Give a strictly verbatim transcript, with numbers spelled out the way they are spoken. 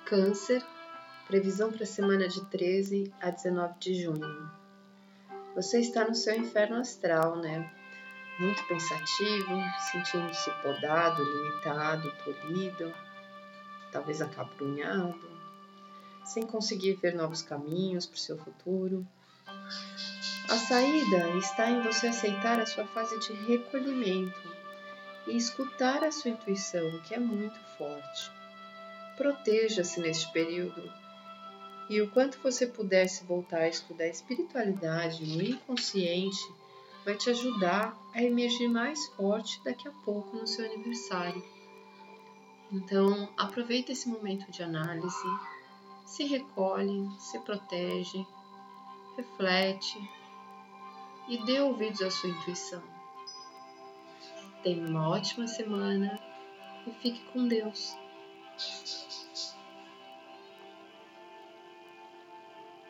Câncer, previsão para a semana de treze a dezenove de junho. Você está no seu inferno astral, né? Muito pensativo, sentindo-se podado, limitado, polido, talvez acabrunhado, sem conseguir ver novos caminhos para o seu futuro. A saída está em você aceitar a sua fase de recolhimento e escutar a sua intuição, que é muito forte. Proteja-se neste período e o quanto você pudesse voltar a estudar a espiritualidade no inconsciente vai te ajudar a emergir mais forte daqui a pouco no seu aniversário. Então, aproveita esse momento de análise, se recolhe, se protege, reflete e dê ouvidos à sua intuição. Tenha uma ótima semana e fique com Deus.